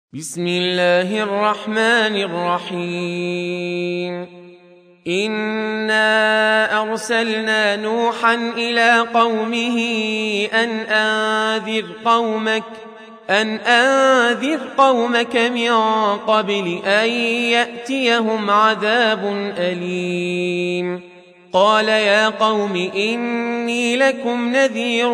بسم الله الرحمن الرحيم إنا أرسلنا نوحا إلى قومه أن أنذر قومك من قبل أن يأتيهم عذاب أليم. قال يا قوم إني لكم نذير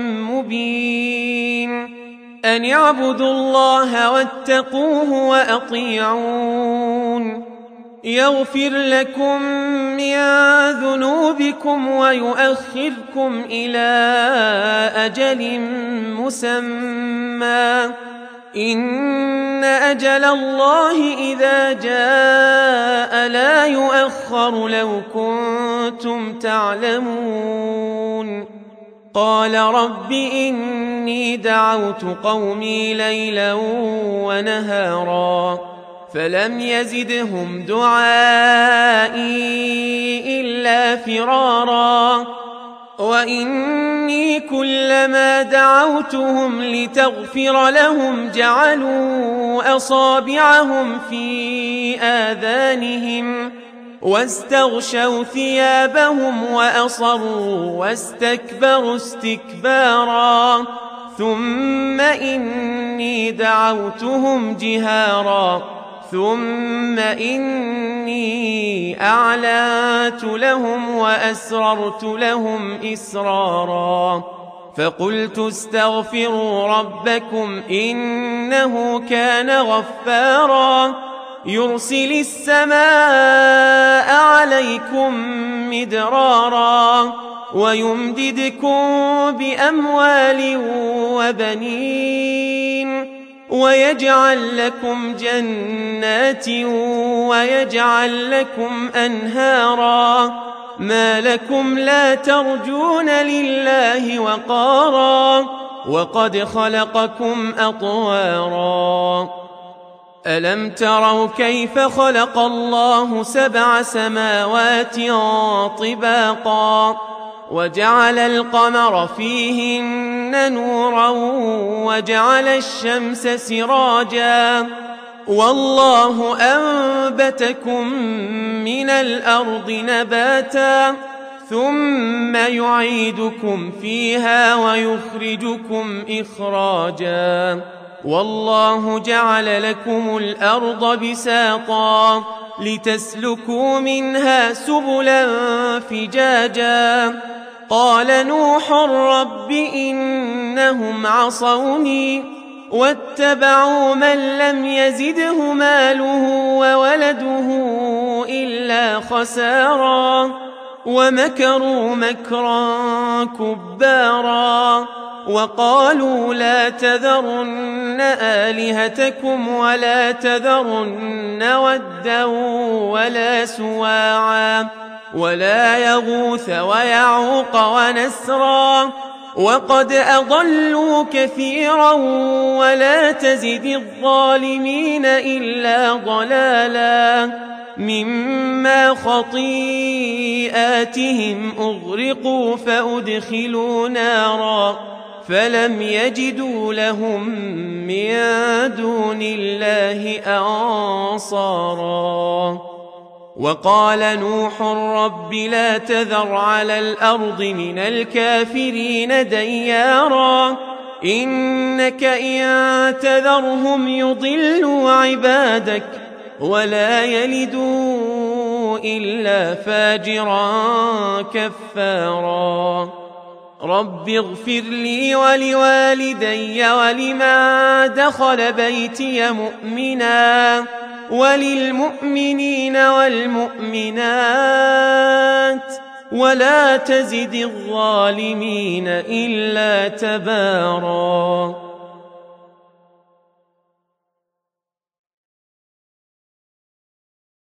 مبين أن اعبدوا الله واتقوه وأطيعون يغفر لكم من ذنوبكم ويؤخركم إلى أجل مسمى إن أجل الله إذا جاء لا يؤخر لو كنتم تعلمون. قال رب إني دعوت قومي ليلا ونهارا فلم يزدهم دعائي إلا فرارا وإني كلما دعوتهم لتغفر لهم جعلوا أصابعهم في آذانهم واستغشوا ثيابهم وأصروا واستكبروا استكبارا ثم إني دعوتهم جهارا ثم إني أعلنت لهم وأسررت لهم إسرارا فقلت استغفروا ربكم إنه كان غفارا يرسل السماء عليكم مدرارا ويمددكم بأموال وبنين ويجعل لكم جنات ويجعل لكم أنهارا ما لكم لا ترجون لله وقارا وقد خلقكم أطوارا ألم تروا كيف خلق الله 7 سماوات طباقا وجعل القمر فيهن نورا وجعل الشمس سراجا والله أنبتكم من الأرض نباتا ثم يعيدكم فيها ويخرجكم إخراجا والله جعل لكم الأرض بساطا لتسلكوا منها سبلا فجاجا قال نوح رب إنهم عصوني واتبعوا من لم يزده ماله وولده إلا خسارا ومكروا مكرا كبارا وقالوا لا تذرن آلهتكم ولا تذرن ودا ولا سواعا ولا يغوث ويعوق ونسرا وقد أضلوا كثيرا ولا تزد الظالمين إلا ضلالا مما خطيئاتهم أغرقوا فأدخلوا نارا فلم يجدوا لهم من دون الله أنصارا وقال نوح رب لا تذر على الأرض من الكافرين ديارا إنك إن تذرهم يضلوا عبادك ولا يلدوا إلا فاجرا كفارا رب اغفر لي ولوالدي ولمن دخل بيتي مؤمنا وللمؤمنين والمؤمنات ولا تزد الظالمين إلا تبارا.